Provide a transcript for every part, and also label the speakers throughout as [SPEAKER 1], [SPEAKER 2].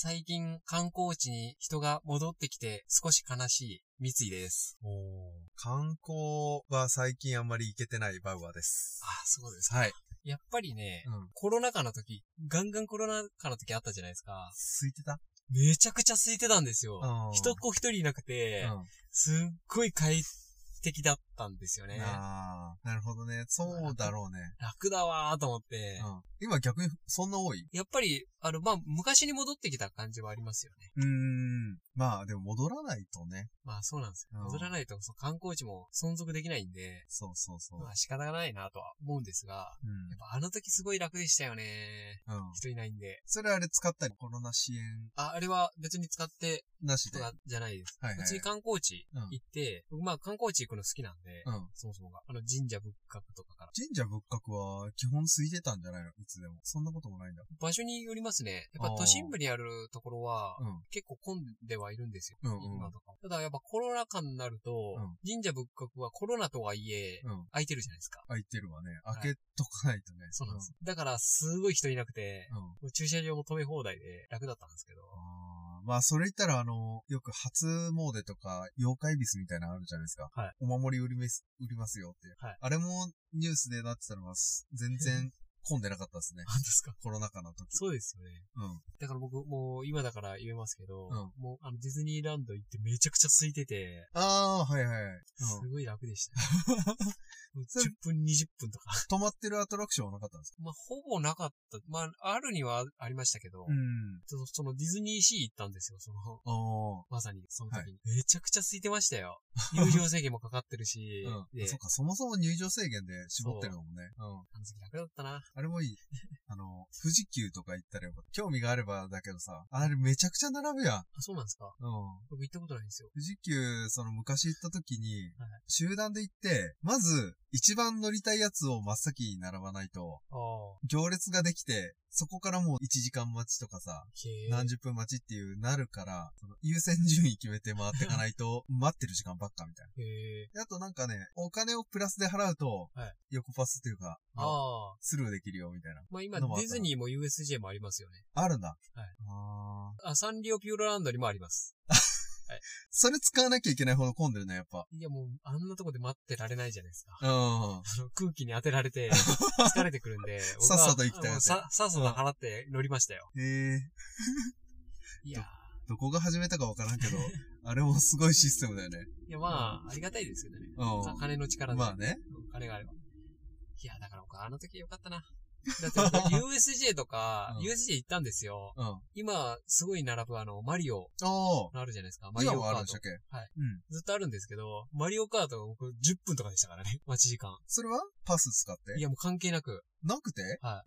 [SPEAKER 1] 最近観光地に人が戻ってきて少し悲しい三井です。
[SPEAKER 2] 観光は最近あんまり行けてないバウアーです。
[SPEAKER 1] あ、そうですか。
[SPEAKER 2] はい。
[SPEAKER 1] やっぱりね、コロナ禍の時、ガンガンコロナ禍の時あったじゃないですか。
[SPEAKER 2] 空いてた？
[SPEAKER 1] めちゃくちゃ空いてたんですよ。人っ子一人いなくて、すっごい快適だったんですよね。
[SPEAKER 2] ああ、なるほどね。そうだろうね。
[SPEAKER 1] 楽だわーと思って。
[SPEAKER 2] 今逆にそんな多い？
[SPEAKER 1] やっぱり、昔に戻ってきた感じはありますよね。
[SPEAKER 2] まあでも戻らないとね。
[SPEAKER 1] まあそうなんですよ。戻らないと観光地も存続できないんで。
[SPEAKER 2] そう。
[SPEAKER 1] まあ仕方がないなとは思うんですが、やっぱあの時すごい楽でしたよね。人いないんで。
[SPEAKER 2] それあれ使ったり、コロナ支援。
[SPEAKER 1] あれは別に使って、
[SPEAKER 2] なしで。
[SPEAKER 1] じゃないです。
[SPEAKER 2] はいはい。
[SPEAKER 1] 別に観光地行って、まあ観光地行くの好きなんで、そもそもが。神社仏閣とかから。
[SPEAKER 2] 神社仏閣は基本空いてたんじゃないの？いつでも。そんなこともないんだ。
[SPEAKER 1] 場所によりますね。やっぱ都心部にあるところは、結構混んではいるんですよ。今とか。ただやっぱコロナ禍になると、神社仏閣はコロナとはいえ、空いてるじゃないですか。
[SPEAKER 2] 空いてるわね。開けとかないとね。
[SPEAKER 1] そうなんです。だからすごい人いなくて、駐車場も止め放題で楽だったんですけど。
[SPEAKER 2] まあそれ言ったらよく初詣とか妖怪ビスみたいなのあるじゃないですか。
[SPEAKER 1] はい。
[SPEAKER 2] お守り売りますよって。
[SPEAKER 1] はい。
[SPEAKER 2] あれもニュースでなってたのは全然混んでなかったですね。
[SPEAKER 1] 何ですか？
[SPEAKER 2] コロナ禍の時。
[SPEAKER 1] そうですよね。だから僕、もう今だから言えますけど、もうディズニーランド行ってめちゃくちゃ空いてて。
[SPEAKER 2] はい。
[SPEAKER 1] すごい楽でした。10分、20分とか。
[SPEAKER 2] 止まってるアトラクションはなかったんですか？
[SPEAKER 1] まあ、ほぼなかった。まあ、あるにはありましたけど、そのディズニーシー行ったんですよ、まさに、その時に。めちゃくちゃ空いてましたよ。入場制限もかかってるし。
[SPEAKER 2] そっか、そもそも入場制限で絞ってるのもね。
[SPEAKER 1] あの時楽だったな。
[SPEAKER 2] あれもいい。富士急とか行ったらよかった。興味があればだけどさ、あれめちゃくちゃ並ぶやん。
[SPEAKER 1] あ、そうなんですか？僕行ったことないんですよ。
[SPEAKER 2] 富士急、昔行った時に、集団で行って、まず、一番乗りたいやつを真っ先に並ばないと、行列ができて、そこからもう1時間待ちとかさ、何十分待ちっていうなるから、優先順位決めて回っていかないと、待ってる時間ばっかみたいな。であとなんかね、お金をプラスで払うと、横パスっていうか、スルーできるよみたいな。
[SPEAKER 1] まあ今、ディズニーも USJ もありますよね。
[SPEAKER 2] あるんだ。
[SPEAKER 1] サンリオピューロランドにもあります。
[SPEAKER 2] はい。それ使わなきゃいけないほど混んでるね、やっぱ。
[SPEAKER 1] いやもう、あんなとこで待ってられないじゃないですか。空気に当てられて、疲れてくるんで。
[SPEAKER 2] さっさと行きたい。
[SPEAKER 1] さっさと払って乗りましたよ。いや
[SPEAKER 2] どこが始めたかわからんけど、あれもすごいシステムだよね。
[SPEAKER 1] いやまあ、ありがたいですよね。金の力で。
[SPEAKER 2] まあね。
[SPEAKER 1] 金があれば。いや、だから僕あの時よかったな。だって USJ とか、USJ 行ったんですよ。今、すごい並ぶマリオあるじゃないですか。マリオカート。
[SPEAKER 2] 今もあるんでしたっけ？
[SPEAKER 1] はい。ずっとあるんですけど、マリオカートが僕10分とかでしたからね。待ち時間。
[SPEAKER 2] それはパス使って？
[SPEAKER 1] いやもう関係なく。
[SPEAKER 2] なくて？
[SPEAKER 1] はい。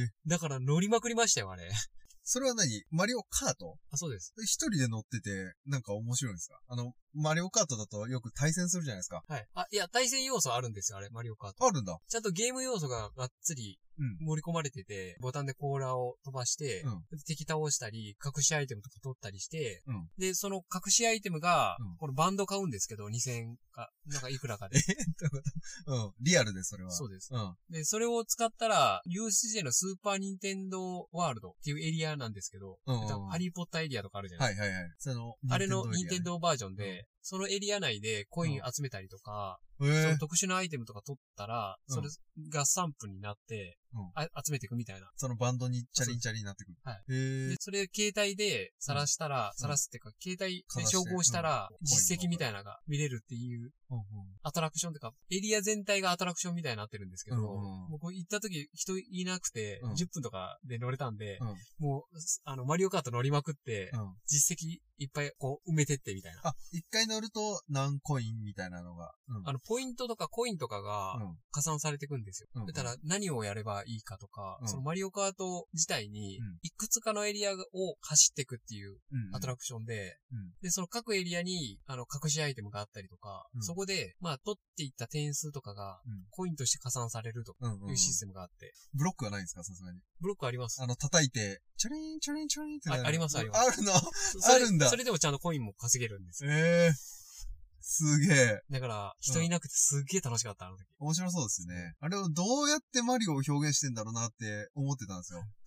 [SPEAKER 1] だから乗りまくりましたよ、あれ。
[SPEAKER 2] それは何？マリオカート？
[SPEAKER 1] あ、そうです。
[SPEAKER 2] 一人で乗ってて、なんか面白いんですか？マリオカートだとよく対戦するじゃないですか。
[SPEAKER 1] はい。いや、対戦要素あるんですよ、あれ、マリオカート。
[SPEAKER 2] あるんだ。
[SPEAKER 1] ちゃんとゲーム要素ががっつり盛り込まれてて、ボタンでコーラーを飛ばして、敵倒したり、隠しアイテムとか取ったりして、で、その隠しアイテムが、これバンド買うんですけど、2000円か、なんかいくらかで。
[SPEAKER 2] リアルでそれは。
[SPEAKER 1] そうです。で、それを使ったら、USJ のスーパーニンテンドーワールドっていうエリアなんですけど、ハリーポッターエリアとかあるじゃないですか。あれのニンテンドーバージョンで、そのエリア内でコイン集めたりとか、その特殊なアイテムとか取ったら、それがスタンプになって、集めていくみたいな。
[SPEAKER 2] そのバンドにチャリンチャリンになってくる。
[SPEAKER 1] はい。で、それ携帯で晒したら、晒すっていうか、携帯で照合したら、実績みたいなのが見れるっていう、アトラクションとか、エリア全体がアトラクションみたいになってるんですけど、僕行った時人いなくて、10分とかで乗れたんで、もう、マリオカート乗りまくって、実績いっぱいこう埋めてってみたいな。
[SPEAKER 2] 一回乗ると何コインみたいなのが。
[SPEAKER 1] ポイントとかコインとかが加算されていくんですよ。だから何をやればいいかとか、そのマリオカート自体に、いくつかのエリアを走っていくっていうアトラクションで、で、その各エリアに、隠しアイテムがあったりとか、そこで、まあ、取っていった点数とかが、コインとして加算されるというシステムがあって。
[SPEAKER 2] ブロックはないんですか、さすがに。
[SPEAKER 1] ブロックあります。
[SPEAKER 2] 叩いて、チャリン、チャリン、チャリンって。
[SPEAKER 1] あります、あります。
[SPEAKER 2] あるの？あるんだ。
[SPEAKER 1] それでもちゃんとコインも稼げるんですよ。
[SPEAKER 2] すげえ。
[SPEAKER 1] だから、人いなくてすげえ楽しかった、あの時。
[SPEAKER 2] 面白そうですね。あれをどうやってマリオを表現してんだろうなって思ってたんですよ。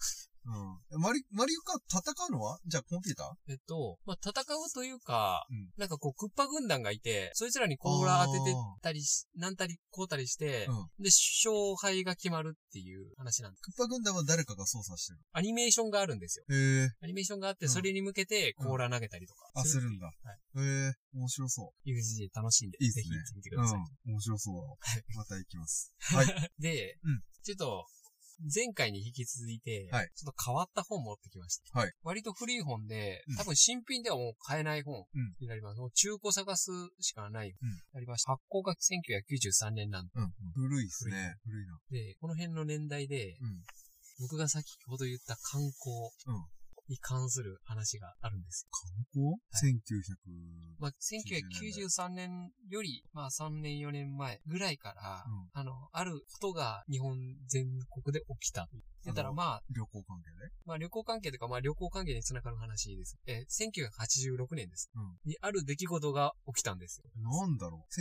[SPEAKER 2] マリオカート戦うのはじゃあコンピューター？
[SPEAKER 1] まあ、戦うというか、
[SPEAKER 2] うん
[SPEAKER 1] なんかこう、クッパ軍団がいて、そいつらにコーラ当ててたりし、なんたりこうたりして、で、勝敗が決まるっていう話なんです。
[SPEAKER 2] クッパ軍団は誰かが操作してる？
[SPEAKER 1] アニメーションがあるんですよ。
[SPEAKER 2] へえ。
[SPEAKER 1] アニメーションがあって、それに向けてコーラ投げたりとか。
[SPEAKER 2] するんだ。
[SPEAKER 1] はい。
[SPEAKER 2] へえ、面白そう。
[SPEAKER 1] USJ 楽しんで、
[SPEAKER 2] いいですね。
[SPEAKER 1] ぜひ行ってみてください。
[SPEAKER 2] 面白そうだわ。
[SPEAKER 1] はい。
[SPEAKER 2] また行きます。はい。
[SPEAKER 1] で、ちょっと、前回に引き続いて、
[SPEAKER 2] はい
[SPEAKER 1] ちょっと変わった本持ってきました。
[SPEAKER 2] はい。
[SPEAKER 1] 割と古い本で、多分新品ではもう買えない本になります。もう中古探すしかない本になりました。発行が1993年なんで。
[SPEAKER 2] 古いですね。古いな。
[SPEAKER 1] で、この辺の年代で、僕が先ほど言った観光に関する話があるんです。
[SPEAKER 2] 観光、
[SPEAKER 1] はい、
[SPEAKER 2] 1900。
[SPEAKER 1] まあ、1993年より、まあ3年4年前ぐらいから、あることが日本全国で起きた。言ったらまあ、
[SPEAKER 2] 旅行関係で
[SPEAKER 1] まあ旅行関係というか、まあ旅行関係につながる話です。1986年です。にある出来事が起きたんですよ。
[SPEAKER 2] なんだろう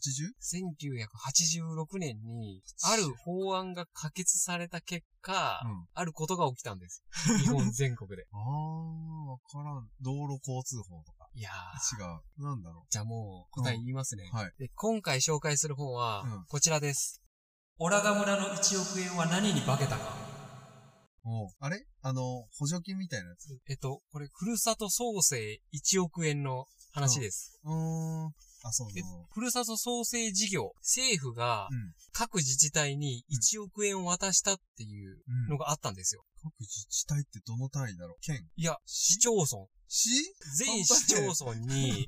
[SPEAKER 1] 1986 年に、ある法案が可決された結果、あることが起きたんです。日本全国で。
[SPEAKER 2] わからん。道路交通法とか。
[SPEAKER 1] いや
[SPEAKER 2] ー。違う。なんだろう。
[SPEAKER 1] じゃあもう答え言いますね。
[SPEAKER 2] はい。
[SPEAKER 1] で、今回紹介する本は、こちらです。オラガ村の1億円は何に化けたか。
[SPEAKER 2] あれ補助金みたいなやつ。
[SPEAKER 1] これ、ふるさと創生1億円の話です。
[SPEAKER 2] そう。
[SPEAKER 1] ふるさと創生事業、政府が各自治体に1億円を渡したっていうのがあったんですよ。
[SPEAKER 2] 各自治体ってどの単位だろう？県？
[SPEAKER 1] いや、市町村。全市町村に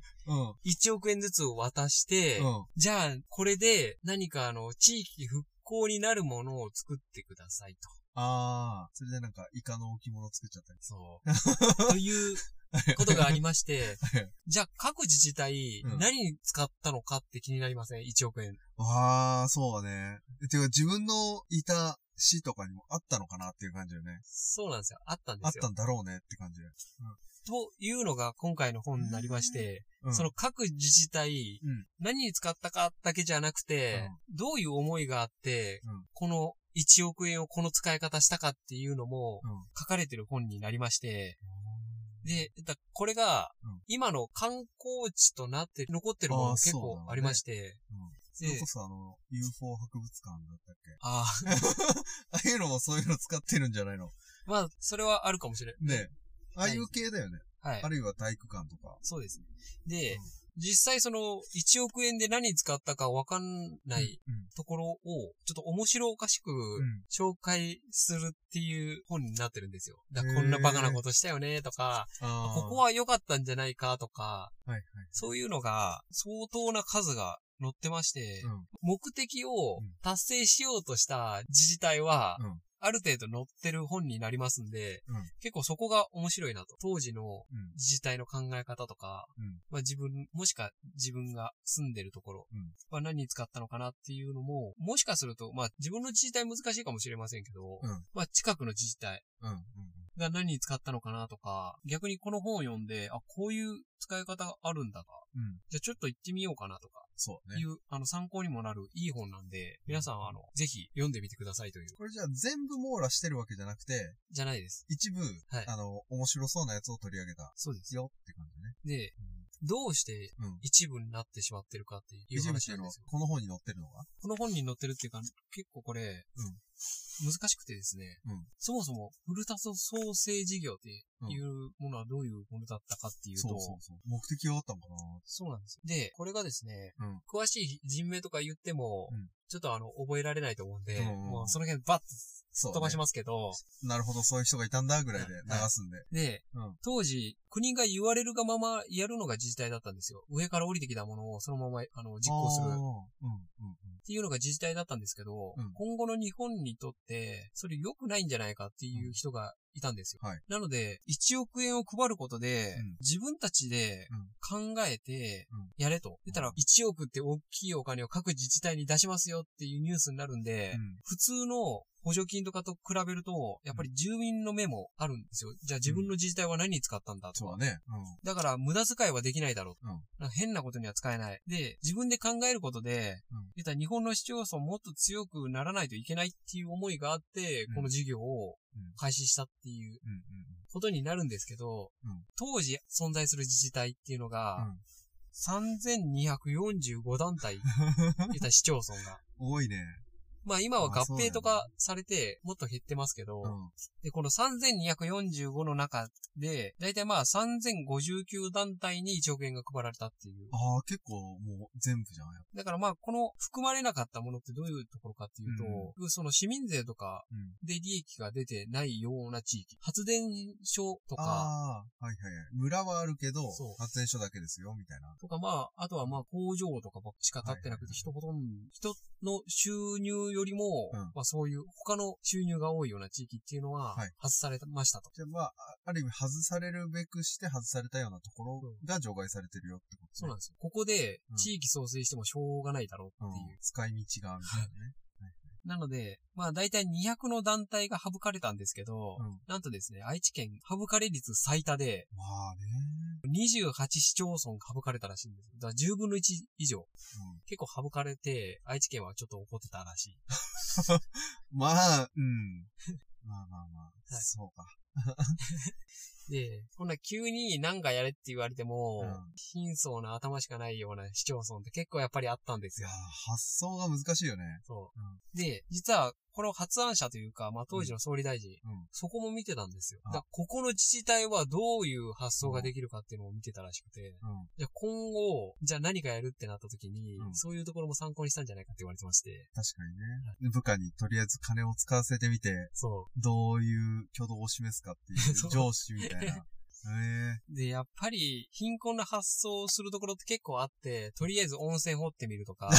[SPEAKER 1] 1億円ずつ渡して、じゃあこれで何か地域復興になるものを作ってくださいと。
[SPEAKER 2] それでなんかイカの置物作っちゃったり。
[SPEAKER 1] そう。ということがありまして、じゃあ各自治体何に使ったのかって気になりません？1億円。
[SPEAKER 2] そうね。てか自分のいた市とかにもあったのかなっていう感じよね。
[SPEAKER 1] そうなんですよ。あったんですよ。
[SPEAKER 2] あったんだろうねって感じで。
[SPEAKER 1] というのが今回の本になりまして、その各自治体、何に使ったかだけじゃなくて、どういう思いがあって、この1億円をこの使い方したかっていうのも書かれてる本になりまして、で、これが今の観光地となって残ってるものも結構ありまして、
[SPEAKER 2] それこそUFO 博物館だったっけ？
[SPEAKER 1] あ
[SPEAKER 2] あいうのもそういうの使ってるんじゃないの？
[SPEAKER 1] まあ、それはあるかもしれない。
[SPEAKER 2] ね。ああいう系だよね。
[SPEAKER 1] はい。
[SPEAKER 2] あるいは体育館とか。
[SPEAKER 1] そうですね。で、実際その1億円で何に使ったかわかんないところをちょっと面白おかしく紹介するっていう本になってるんですよ。だからこんなバカなことしたよねとか、ここは良かったんじゃないかとか、そういうのが相当な数が載ってまして、目的を達成しようとした自治体は、ある程度載ってる本になりますんで、結構そこが面白いなと。当時の自治体の考え方とか、まあもしか自分が住んでるところは何に使ったのかなっていうのも、もしかすると、まあ自分の自治体難しいかもしれませんけど、まあ近くの自治体が何に使ったのかなとか、逆にこの本を読んで、こういう使い方があるんだか、じゃあちょっと行ってみようかなとか、
[SPEAKER 2] そうね。
[SPEAKER 1] いう、参考にもなるいい本なんで、皆さん、ぜひ読んでみてくださいという。
[SPEAKER 2] これじゃあ全部網羅してるわけじゃなくて、
[SPEAKER 1] じゃないです。
[SPEAKER 2] 一部、面白そうなやつを取り上げた。
[SPEAKER 1] そうです
[SPEAKER 2] よって感じね。
[SPEAKER 1] で、どうして一部になってしまってるかっていう話なんですよ。
[SPEAKER 2] この本に載ってるのが？
[SPEAKER 1] この本に載ってるっていうか、結構これ、難しくてですね、そもそも、ふるさと創生事業っていうものはどういうものだったかっていうと、
[SPEAKER 2] 目的があったのかな？
[SPEAKER 1] そうなんですよ。で、これがですね、詳しい人名とか言っても、ちょっと覚えられないと思うんで、もうその辺バッと飛ばしますけど、
[SPEAKER 2] なるほど、そういう人がいたんだぐらいで流すんで。
[SPEAKER 1] で、当時、国が言われるがままやるのが自治体だったんですよ。上から降りてきたものをそのまま実行する。っていうのが自治体だったんですけど、今後の日本にとって、それ良くないんじゃないかっていう人がいたんですよ。なので、1億円を配ることで、自分たちで考えて、やれと。言ったら、1億って大きいお金を各自治体に出しますよっていうニュースになるんで、普通の補助金とかと比べると、やっぱり住民の目もあるんですよ。じゃあ自分の自治体は何に使ったんだとか。
[SPEAKER 2] そうね。
[SPEAKER 1] だから無駄遣いはできないだろう。変なことには使えない。で、自分で考えることで、言ったら日本の市町村もっと強くならないといけないっていう思いがあって、この事業を開始したっていうことになるんですけど、当時存在する自治体っていうのが、3245団体いた市町村が。
[SPEAKER 2] 多いね。
[SPEAKER 1] まあ今は合併とかされてもっと減ってますけど、で、この3245の中で、だいたいまあ3059団体に1億円が配られたっていう。
[SPEAKER 2] ああ、結構もう全部じゃん。
[SPEAKER 1] だからまあこの含まれなかったものってどういうところかっていうと、その市民税とかで利益が出てないような地域、発電所とか、
[SPEAKER 2] はいはい。村はあるけど、発電所だけですよ、みたいな。
[SPEAKER 1] とかまあ、あとはまあ工場とかしか建ってなくて、人の収入よりも、まあそういう他の収入が多いような地域っていうのは、外されましたと。
[SPEAKER 2] じゃあまあ、ある意味外されるべくして外されたようなところが除外されてるよってこと、ね、
[SPEAKER 1] そうなんですよ。ここで地域創生してもしょうがないだろうっていう。
[SPEAKER 2] 使い道があるんだよね。
[SPEAKER 1] なので、まあ大体200の団体が省かれたんですけど、なんとですね、愛知県省かれ率最多で、
[SPEAKER 2] まあね。
[SPEAKER 1] 28市町村が省かれたらしいんです。だから10分の1以上。結構省かれて、愛知県はちょっと怒ってたらしい。
[SPEAKER 2] まあ、まあ、そうか。
[SPEAKER 1] で、こんな急に何かやれって言われても、貧相な頭しかないような市町村って結構やっぱりあったんですよ。
[SPEAKER 2] いや、発想が難しいよね。
[SPEAKER 1] そう。で、実は、この発案者というか、まあ当時の総理大臣、そこも見てたんですよ。だここの自治体はどういう発想ができるかっていうのを見てたらしくて、じゃあ今後、じゃあ何かやるってなった時に、そういうところも参考にしたんじゃないかって言われてまして。
[SPEAKER 2] 確かにね。部下にとりあえず金を使わせてみて、どういう挙動を示すかっていう上司みたいな。
[SPEAKER 1] で、やっぱり、貧困な発想をするところって結構あって、とりあえず温泉掘ってみるとか。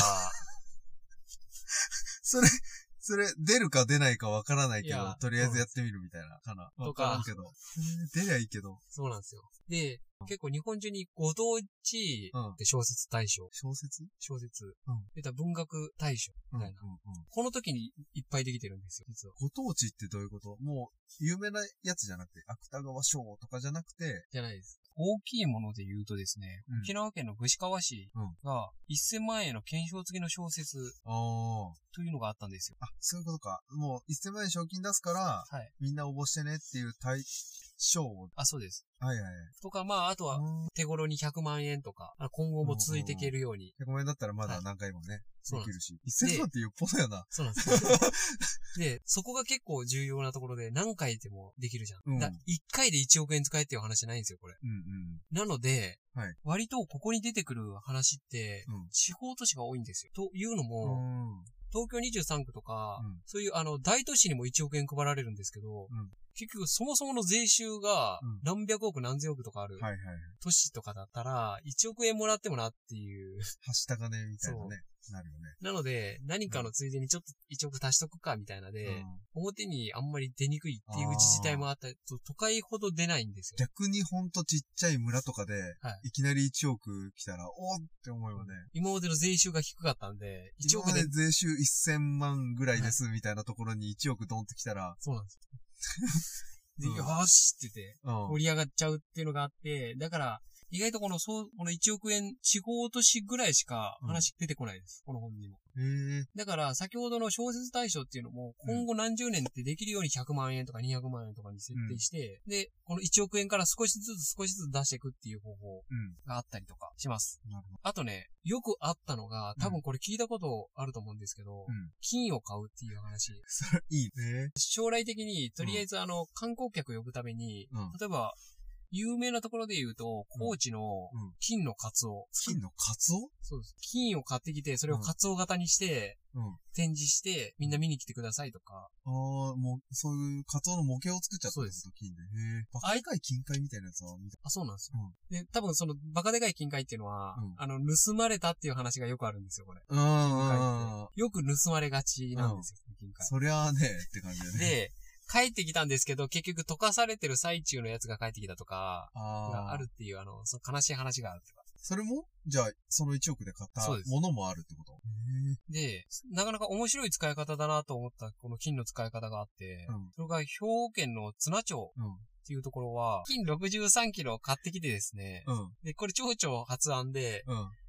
[SPEAKER 2] それ、出るか出ないかわからないけど、とりあえずやってみるみたいな、かな。わからんけど。出りゃいいけど。
[SPEAKER 1] そうなんですよ。で、結構日本中にご当地で小説大賞。小説。文学大賞みたいな。この時にいっぱいできてるんですよ、実は。
[SPEAKER 2] ご当地ってどういうこと？もう、有名なやつじゃなくて、芥川賞とかじゃなくて。
[SPEAKER 1] じゃないです。大きいもので言うとですね、沖縄県の串川市が1000万円の懸賞付きの小説というのがあったんですよ。
[SPEAKER 2] あ、そういうことか。もう1000万円賞金出すから、みんな応募してねっていう賞を。
[SPEAKER 1] あ、そうです。
[SPEAKER 2] はいはい。
[SPEAKER 1] とか、まあ、あとは、手頃に100万円とか、今後も続いていけるように。
[SPEAKER 2] 100万円だったらまだ何回もね、できるし。1000万っていうポだよな。
[SPEAKER 1] そうなんですよ。で、そこが結構重要なところで、何回でもできるじゃん。1回で1億円使えっていう話じゃないんですよ、これ。なので、割とここに出てくる話って、地方都市が多いんですよ。というのも、東京23区とか、そういう大都市にも1億円配られるんですけど、結局そもそもの税収が何百億何千億とかある都市とかだったら、1億円もらってもなっていう。
[SPEAKER 2] はした金みたいなね。なるよね。
[SPEAKER 1] なので、何かのついでにちょっと1億足しとくかみたいなで、表にあんまり出にくいっていう自治体もあったり、都会ほど出ないんですよ。
[SPEAKER 2] 逆にほんとちっちゃい村とかで、いきなり1億来たら、おーって思うよね。
[SPEAKER 1] 今までの税収が低かったんで、
[SPEAKER 2] 1億で税収1000万ぐらいですみたいなところに1億ドンと来たら、
[SPEAKER 1] そうなんですよ。で、よーしって言って、盛り上がっちゃうっていうのがあって、だから、意外とこの1億円地方都市ぐらいしか話出てこないです。この本にも。だから、先ほどの小説大賞っていうのも、今後何十年ってできるように100万円とか200万円とかに設定して、で、この1億円から少しずつ出していくっていう方法があったりとかします。あとね、よくあったのが、多分これ聞いたことあると思うんですけど、金を買うっていう話。
[SPEAKER 2] それいいね。
[SPEAKER 1] 将来的に、とりあえず観光客呼ぶために、例えば、有名なところで言うと、高知の金のカツオ。
[SPEAKER 2] 金のカツオ？
[SPEAKER 1] そうです。金を買ってきて、それをカツオ型にして、展示して、みんな見に来てくださいとか。
[SPEAKER 2] もう、そういうカツオの模型を作っちゃったんですよ、金で。バカでかい金塊みたいなやつは見た。
[SPEAKER 1] そうなんですよ。で、多分そのバカでかい金塊っていうのは、盗まれたっていう話がよくあるんですよ、これ。金塊って。よく盗まれがちなんですよ、金塊。
[SPEAKER 2] そりゃあね、って感じだね。
[SPEAKER 1] で、帰ってきたんですけど、結局溶かされてる最中のやつが帰ってきたとか、があるっていう、その悲しい話があるとか。
[SPEAKER 2] それもじゃあ、その1億で買ったものもあるってこと？
[SPEAKER 1] で、なかなか面白い使い方だなと思ったこの金の使い方があって、それが兵庫県の津奈町っていうところは、金63キロを買ってきてですね、で、これ町長発案で、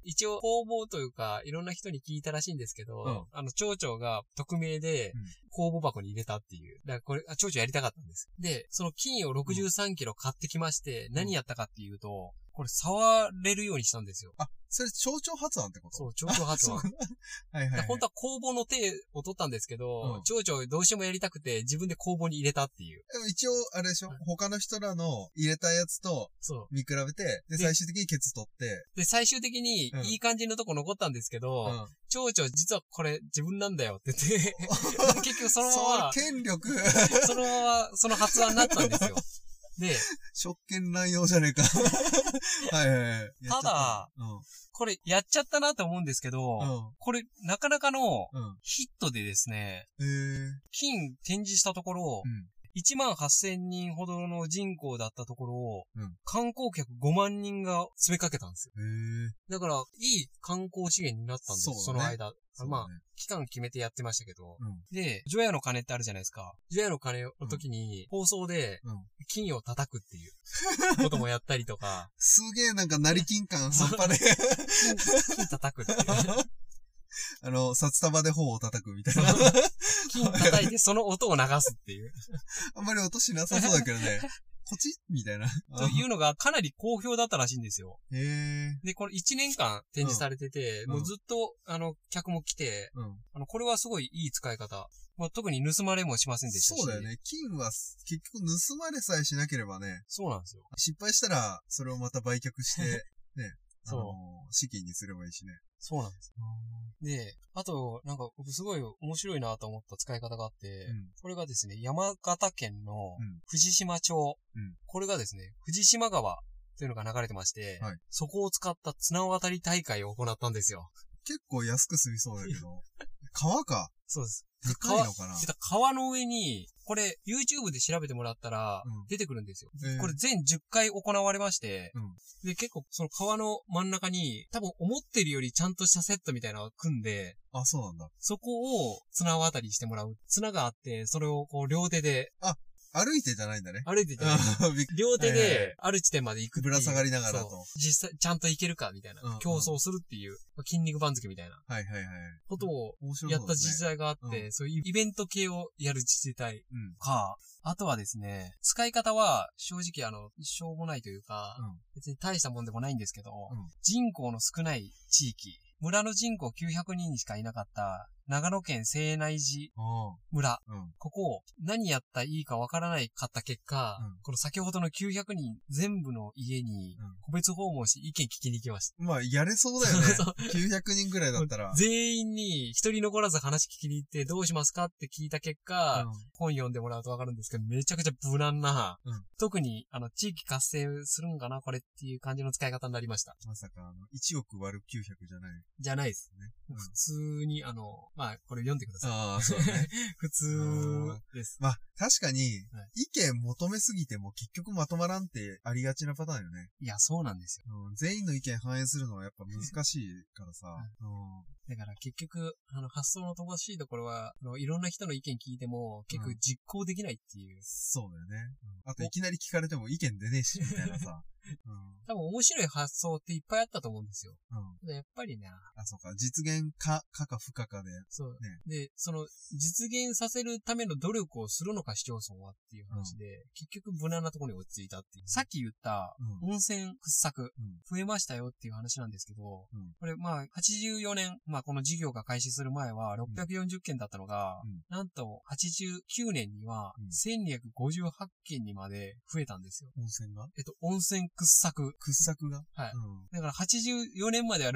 [SPEAKER 1] 一応工房というか、いろんな人に聞いたらしいんですけど、町長が匿名で、公募箱に入れたっていう。だからこれ、町長やりたかったんです。で、その金を63キロ買ってきまして、何やったかっていうと、これ触れるようにしたんですよ。
[SPEAKER 2] あ、それ町長発案ってこと？
[SPEAKER 1] そう、町長発案。
[SPEAKER 2] はいはい。
[SPEAKER 1] 本当は公募の手を取ったんですけど、町長どうしてもやりたくて自分で公募に入れたっていう。
[SPEAKER 2] でも一応、あれでしょ、他の人らの入れたやつと見比べて、で、最終的にケツ取って。
[SPEAKER 1] で、最終的にいい感じのとこ残ったんですけど、町長実はこれ自分なんだよって言って、結局そのまま、
[SPEAKER 2] 権力
[SPEAKER 1] そのままその発案になったんですよ。で、
[SPEAKER 2] 職権乱用じゃねえか。はいはいはい。
[SPEAKER 1] ただ、これやっちゃったなと思うんですけど、これなかなかのヒットでですね、金展示したところ、18,000人ほどの人口だったところを、観光客5万人が詰めかけたんですよ。だから、いい観光資源になったんですよ、その間。まあ、期間決めてやってましたけど。で、除夜の鐘ってあるじゃないですか。除夜の鐘の時に、放送で、金を叩くっていうこともやったりとか。
[SPEAKER 2] すげえなんか成金感半端ね。
[SPEAKER 1] 金叩くっていう。
[SPEAKER 2] 札束で頬を叩くみたいな。
[SPEAKER 1] 金叩いてその音を流すっていう。
[SPEAKER 2] あんまり音しなさそうだけどね。こっちみたいな。
[SPEAKER 1] というのがかなり好評だったらしいんですよ。
[SPEAKER 2] へ
[SPEAKER 1] で、これ1年間展示されてて、もうずっと、客も来て、これはすごいいい使い方。まあ、特に盗まれもしませんでしたし。
[SPEAKER 2] そうだよね。金は結局盗まれさえしなければね。
[SPEAKER 1] そうなんですよ。
[SPEAKER 2] 失敗したら、それをまた売却して、ね。資金にすればいいしね。
[SPEAKER 1] そうなんです。で、あと、なんか、僕すごい面白いなと思った使い方があって、これがですね、山形県の藤島町。これがですね、藤島川というのが流れてまして、そこを使った綱渡り大会を行ったんですよ。
[SPEAKER 2] 結構安く済みそうだけど。川か。
[SPEAKER 1] そうです。
[SPEAKER 2] 高いのかな。
[SPEAKER 1] 川の上に、これ YouTube で調べてもらったら出てくるんですよ。これ全10回行われまして、で、結構その川の真ん中に多分思ってるよりちゃんとしたセットみたいなのを組んで、
[SPEAKER 2] あ、そうなんだ。
[SPEAKER 1] そこを綱渡りしてもらう。綱があって、それをこう両手で、
[SPEAKER 2] 歩いてじゃないんだね。
[SPEAKER 1] 歩いてじゃない。両手で、ある地点まで行くっていう。
[SPEAKER 2] ぶら下がりながらと。
[SPEAKER 1] 実際、ちゃんと行けるか、みたいな。競争するっていう、筋肉番付みたいな。ことをやった自治体があって、そういうイベント系をやる自治体か、あとはですね、使い方は正直しょうもないというか、別に大したもんでもないんですけど、人口の少ない地域、村の人口900人しかいなかった、長野県西内寺村。ここを何やったらいいかわからないかった結果、この先ほどの900人全部の家に個別訪問し意見聞きに行きました。
[SPEAKER 2] まあ、やれそうだよね。900人ぐらいだったら。
[SPEAKER 1] 全員に一人残らず話聞きに行ってどうしますかって聞いた結果、本読んでもらうとわかるんですけど、めちゃくちゃ無難な、特に地域活性するんかなこれっていう感じの使い方になりました。
[SPEAKER 2] まさか1億割る900じゃない。
[SPEAKER 1] じゃないですね。普通にまあ、これ読んでください。
[SPEAKER 2] ああ、そうね。
[SPEAKER 1] 普通です。
[SPEAKER 2] まあ、確かに、意見求めすぎても結局まとまらんってありがちなパターンよね。
[SPEAKER 1] いや、そうなんですよ。
[SPEAKER 2] 全員の意見反映するのはやっぱ難しいからさ。
[SPEAKER 1] だから結局、発想の乏しいところは、いろんな人の意見聞いても、結局実行できないっていう。
[SPEAKER 2] そうだよね。あといきなり聞かれても意見出ねえし、みたいなさ。
[SPEAKER 1] 多分面白い発想っていっぱいあったと思うんですよ。やっぱりね。
[SPEAKER 2] そうか。実現か不可かで。
[SPEAKER 1] そう。で、その、実現させるための努力をするのか市町村はっていう話で、結局無難なところに落ち着いたっていう。さっき言った温泉掘削、増えましたよっていう話なんですけど、これまあ84年、まあこの事業が開始する前は640件だったのが、なんと89年には1258件にまで増えたんですよ。
[SPEAKER 2] 温泉が
[SPEAKER 1] 温泉掘削。
[SPEAKER 2] 掘削が
[SPEAKER 1] はい。だから84年までは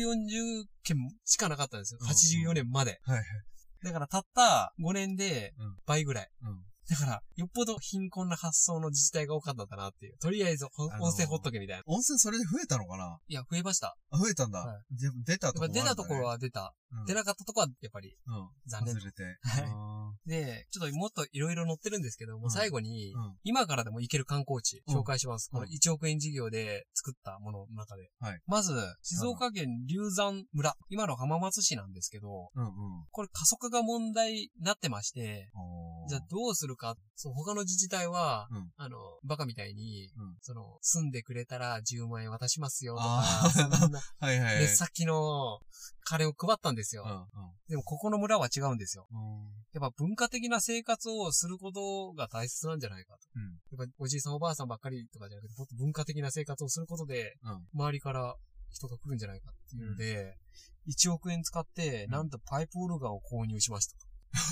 [SPEAKER 1] 640件しかなかったんですよ。84年まで。
[SPEAKER 2] はいはい。
[SPEAKER 1] だからたった5年で倍ぐらい。だから、よっぽど貧困な発想の自治体が多かったんだなっていう。とりあえず温泉ほっとけみたいな。
[SPEAKER 2] 温泉それで増えたのかな？
[SPEAKER 1] いや、増えました。
[SPEAKER 2] 増えたんだ。出たところは
[SPEAKER 1] 出た。 出なかったとこは、やっぱり、残念。
[SPEAKER 2] 外れて。
[SPEAKER 1] で、ちょっともっといろいろ載ってるんですけども、最後に、今からでも行ける観光地、紹介します。この1億円事業で作ったものの中で。まず、静岡県龍山村。今の浜松市なんですけど、これ過疎化が問題になってまして、じゃあどうするか、他の自治体は、バカみたいに、住んでくれたら10万円渡しますよとか、そんな、目先の金を配ったんですよ。でもここの村は違うんですよ。やっぱ文化的な生活をすることが大切なんじゃないかと。やっぱおじいさんおばあさんばっかりとかじゃなくて、もっと文化的な生活をすることで、周りから人が来るんじゃないかっていうので、1億円使って、なんとパイプオルガンを購入しました。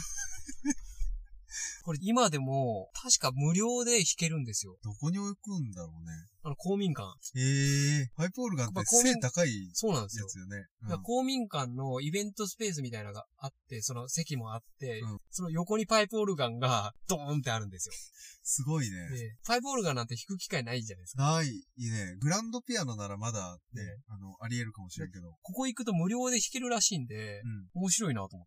[SPEAKER 1] これ今でも、確か無料で弾けるんですよ。
[SPEAKER 2] どこに置くんだろうね。
[SPEAKER 1] 公民館。
[SPEAKER 2] パイプオルガンって背高い
[SPEAKER 1] そうなんですよ。
[SPEAKER 2] やつよね。
[SPEAKER 1] 公民館のイベントスペースみたいなのがあって、その席もあって、その横にパイプオルガンがドーンってあるんですよ。
[SPEAKER 2] すごいね。
[SPEAKER 1] パイプオルガンなんて弾く機会ないじゃないですか。
[SPEAKER 2] ないね。グランドピアノならまだね、あり得るかもしれんけど。
[SPEAKER 1] ここ行くと無料で弾けるらしいんで、面白いなと思って。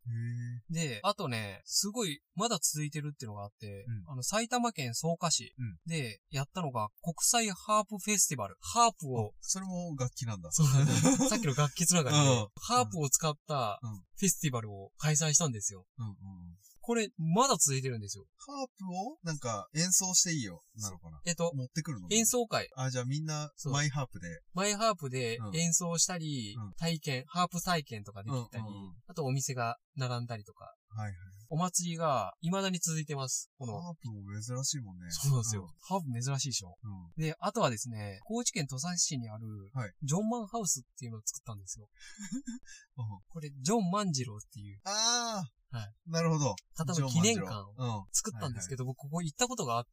[SPEAKER 1] で、あとね、すごい、まだ続いてるっていうのがあって、埼玉県草加市でやったのが国際ハープフェスティバル。ハープを。
[SPEAKER 2] それも楽器なんだ。
[SPEAKER 1] そうなんです。さっきの楽器つながりで、ハープを使ったフェスティバルを開催したんですよ。これ、まだ続いてるんですよ。
[SPEAKER 2] ハープをなんか演奏していいよ。なのかな。持ってくるの
[SPEAKER 1] 演奏会。
[SPEAKER 2] じゃあみんな、マイハープで。
[SPEAKER 1] マイハープで演奏したり、ハープ体験とかできたり、あとお店が並んだりとか。お祭りが未だに続いてます。
[SPEAKER 2] ハープも珍しいもんね。
[SPEAKER 1] そうなんですよ。ハープ珍しいでしょ。で、あとはですね、高知県土佐市にある、ジョンマンハウスっていうのを作ったんですよ。これ、ジョン万次郎っていう。なるほど。方の記念館を作ったんですけど、僕ここ行ったことがあって、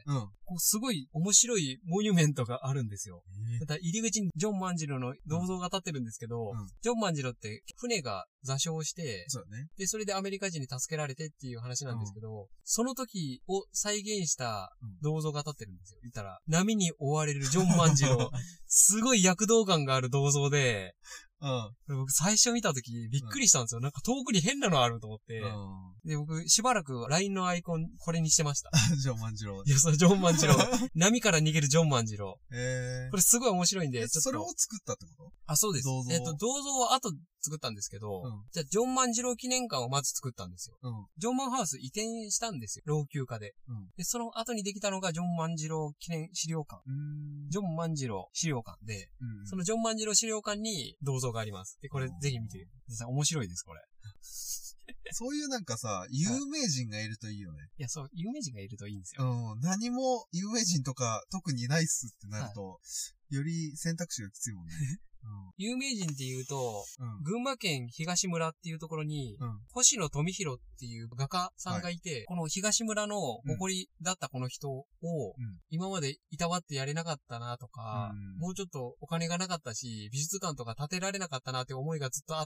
[SPEAKER 1] すごい面白いモニュメントがあるんですよ。また入り口にジョン万次郎の銅像が立ってるんですけど、ジョン万次郎って船が座礁して、で、それでアメリカ人に助けられてっていう話なんですけど、その時を再現した銅像が立ってるんですよ。言ったら、波に追われるジョン万次郎、すごい躍動感がある銅像で、僕最初見たときびっくりしたんですよ。なんか遠くに変なのあると思って。で、僕しばらく LINE のアイコンこれにしてました。
[SPEAKER 2] ジョン万次郎。
[SPEAKER 1] いや、そう、ジョン万次郎。波から逃げるジョン万次郎。これすごい面白いんで、
[SPEAKER 2] それを作ったってこと？
[SPEAKER 1] そうです。銅像は後作ったんですけど、じゃあジョン万次郎記念館をまず作ったんですよ。ジョンマンハウス移転したんですよ。老朽化で。で、その後にできたのがジョン万次郎記念資料館。ジョン万次郎資料館で、そのジョン万次郎資料館に銅像があります。で、これぜひ見てください。面白いです、これ。
[SPEAKER 2] そういうなんかさ、有名人がいるといいよね。
[SPEAKER 1] いや、そう、有名人がいるといいんですよ。
[SPEAKER 2] 何も有名人とか特にないっすってなると、より選択肢がきついもんね。
[SPEAKER 1] 有名人って言うと、群馬県東村っていうところに、星野富弘っていう画家さんがいて、この東村の誇りだったこの人を、今までいたわってやれなかったなとか、もうちょっとお金がなかったし、美術館とか建てられなかったなって思いがずっとあって、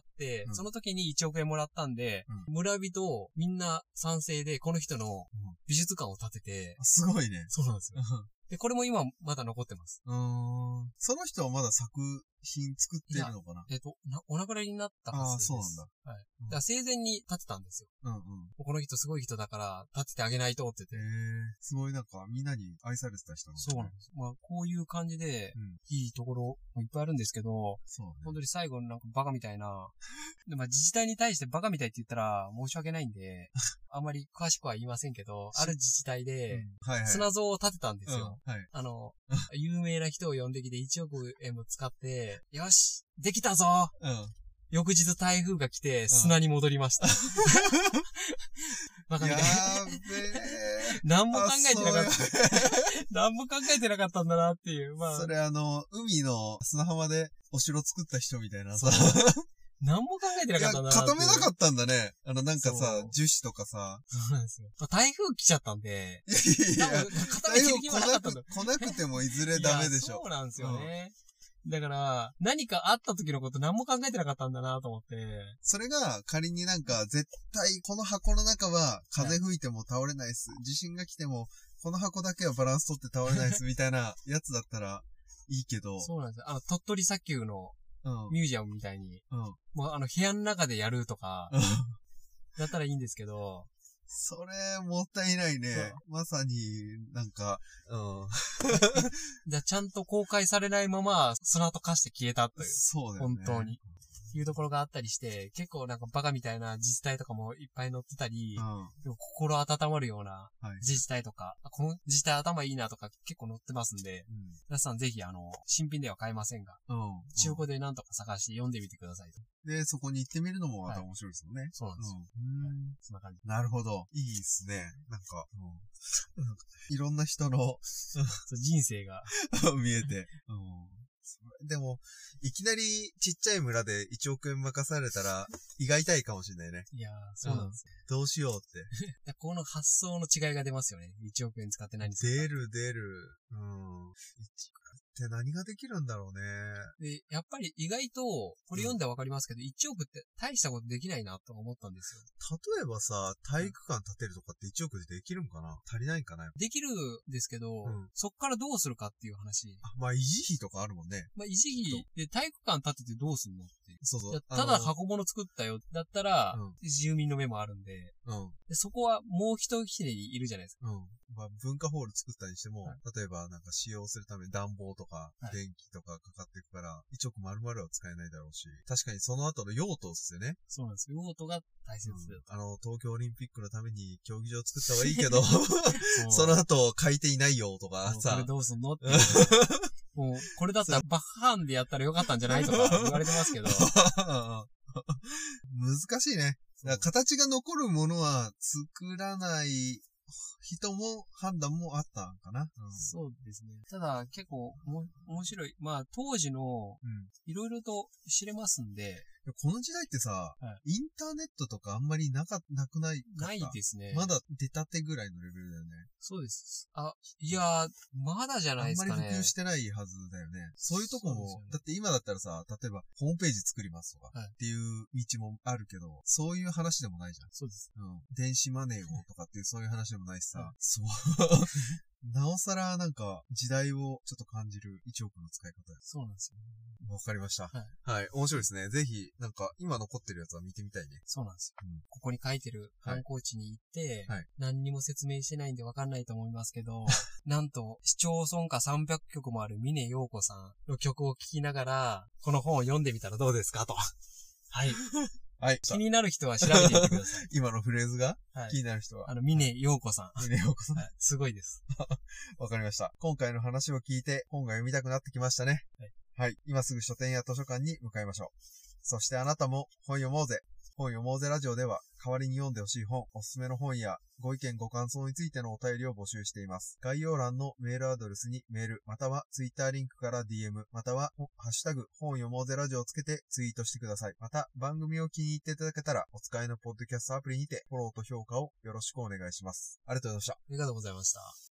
[SPEAKER 1] その時に1億円もらったんで、村人みんな賛成でこの人の美術館を建てて、
[SPEAKER 2] すごいね。
[SPEAKER 1] そうなんですよ。で、これも今まだ残ってます。
[SPEAKER 2] その人はまだ作品作ってるのかな？
[SPEAKER 1] お亡くなりになったはずです。
[SPEAKER 2] そうなんだ。
[SPEAKER 1] はい。だから生前に建てたんですよ。この人すごい人だから建ててあげないとって言って。
[SPEAKER 2] すごいなんかみんなに愛されてた人なんですね。
[SPEAKER 1] そうなんです。まあこういう感じで、いいところもいっぱいあるんですけど、本当に最後なんかバカみたいな、でまあ自治体に対してバカみたいって言ったら申し訳ないんで、あんまり詳しくは言いませんけど、ある自治体で、砂像を建てたんですよ。有名な人を呼んできて1億円も使って、よしできたぞ翌日台風が来て砂に戻りました。バカみたい。や
[SPEAKER 2] べえ。
[SPEAKER 1] 何も考えてなかった。何も考えてなかったんだなっていう。
[SPEAKER 2] まあ。それ海の砂浜でお城作った人みたいなさ。
[SPEAKER 1] 何も考えてなかったんだな。
[SPEAKER 2] 固めなかったんだね。なんかさ、樹脂とかさ。
[SPEAKER 1] そうなんですよ。台風来ちゃったんで。
[SPEAKER 2] いや、台風来なくてもいずれダメでしょ。
[SPEAKER 1] そうなんですよね。だから、何かあった時のこと何も考えてなかったんだなと思って。
[SPEAKER 2] それが仮になんか絶対この箱の中は風吹いても倒れないっす。地震が来てもこの箱だけはバランス取って倒れないっすみたいなやつだったらいいけど。
[SPEAKER 1] そうなんですよ。鳥取砂丘のミュージアムみたいに、もう部屋の中でやるとか、だったらいいんですけど、
[SPEAKER 2] それ、もったいないね。まさに、なんか、
[SPEAKER 1] じゃあちゃんと公開されないまま、その後化して消えたという。
[SPEAKER 2] そうだよね。
[SPEAKER 1] 本当に。いうところがあったりして、結構なんかバカみたいな自治体とかもいっぱい載ってたり、でも心温まるような自治体とか、この自治体頭いいなとか結構載ってますんで、皆さんぜひ新品では買えませんが、中古でなんとか探して読んでみてくださいと。
[SPEAKER 2] で、そこに行ってみるのもまた面白いですよね。
[SPEAKER 1] そうなんですよ。そんな感じ。
[SPEAKER 2] なるほど。いいですね。なんか、いろんな人の
[SPEAKER 1] 人生が
[SPEAKER 2] 見えて。でも、いきなりちっちゃい村で1億円任されたら、胃が痛いかもしれないね。
[SPEAKER 1] いやー、そうなんですよ。
[SPEAKER 2] どうしようって。
[SPEAKER 1] この発想の違いが出ますよね。1億円使って何するか。
[SPEAKER 2] 出る。って何ができるんだろうね。
[SPEAKER 1] で、やっぱり意外と、これ読んでわかりますけど、1億って大したことできないなと思ったんですよ。
[SPEAKER 2] 例えばさ、体育館建てるとかって1億でできるんかな？足りないんかな？
[SPEAKER 1] できるんですけど、そっからどうするかっていう話。
[SPEAKER 2] まあ維持費とかあるもんね。
[SPEAKER 1] まあ維持費で体育館建ててどうすんのって。
[SPEAKER 2] そう。
[SPEAKER 1] ただ箱物作ったよ。だったら、住民の目もあるんで、でそこはもう一ひねりいるじゃないですか。
[SPEAKER 2] まあ、文化ホール作ったりしても、例えばなんか使用するために暖房とか、電気とかかかっていくから、1億丸々は使えないだろうし、確かにその後の用途ですよね。
[SPEAKER 1] そうなんですよ。用途が大切。
[SPEAKER 2] 東京オリンピックのために競技場作った方がいいけど、その後書いていないよとかさ。
[SPEAKER 1] これどうすんのってもう、これだったらバッハンでやったらよかったんじゃないとか言われてますけど。
[SPEAKER 2] 難しいね。だから形が残るものは作らない人も判断もあったんかな。
[SPEAKER 1] そうですね。ただ結構面白い。まあ当時のいろいろと知れますんで。
[SPEAKER 2] この時代ってさ、インターネットとかあんまりなくないかった？
[SPEAKER 1] ないですね。
[SPEAKER 2] まだ出たてぐらいのレベルだよね。
[SPEAKER 1] そうです。いやー、まだじゃないですかね。
[SPEAKER 2] あんまり普及してないはずだよね。そういうとこも、だって今だったらさ、例えばホームページ作りますとかっていう道もあるけど、そういう話でもないじゃん。
[SPEAKER 1] そうです。
[SPEAKER 2] 電子マネーをとかっていうそういう話でもないしさ、なおさらなんか時代をちょっと感じる1億の使い方。
[SPEAKER 1] そうなんですよね。
[SPEAKER 2] わかりました。はい。面白いですね。ぜひ、なんか今残ってるやつは見てみたいね。
[SPEAKER 1] そうなんですよ。ここに書いてる観光地に行って、何にも説明してないんでわかんないと思いますけど、なんと市町村歌300曲もある峰陽子さんの曲を聴きながら、この本を読んでみたらどうですかと。はい。はい。気になる人は調べてみてください。
[SPEAKER 2] 今のフレーズが気になる人は。
[SPEAKER 1] 峰陽子さん。
[SPEAKER 2] 峰陽子さん。
[SPEAKER 1] すごいです。
[SPEAKER 2] わかりました。今回の話を聞いて本が読みたくなってきましたね。はい。今すぐ書店や図書館に向かいましょう。そしてあなたも本読もうぜ。本読もうぜラジオでは代わりに読んでほしい本、おすすめの本やご意見ご感想についてのお便りを募集しています。概要欄のメールアドレスにメール、またはツイッターリンクから DM、またはハッシュタグ本読もうぜラジオをつけてツイートしてください。また番組を気に入っていただけたらお使いのポッドキャストアプリにてフォローと評価をよろしくお願いします。ありがとうございました。
[SPEAKER 1] ありがとうございました。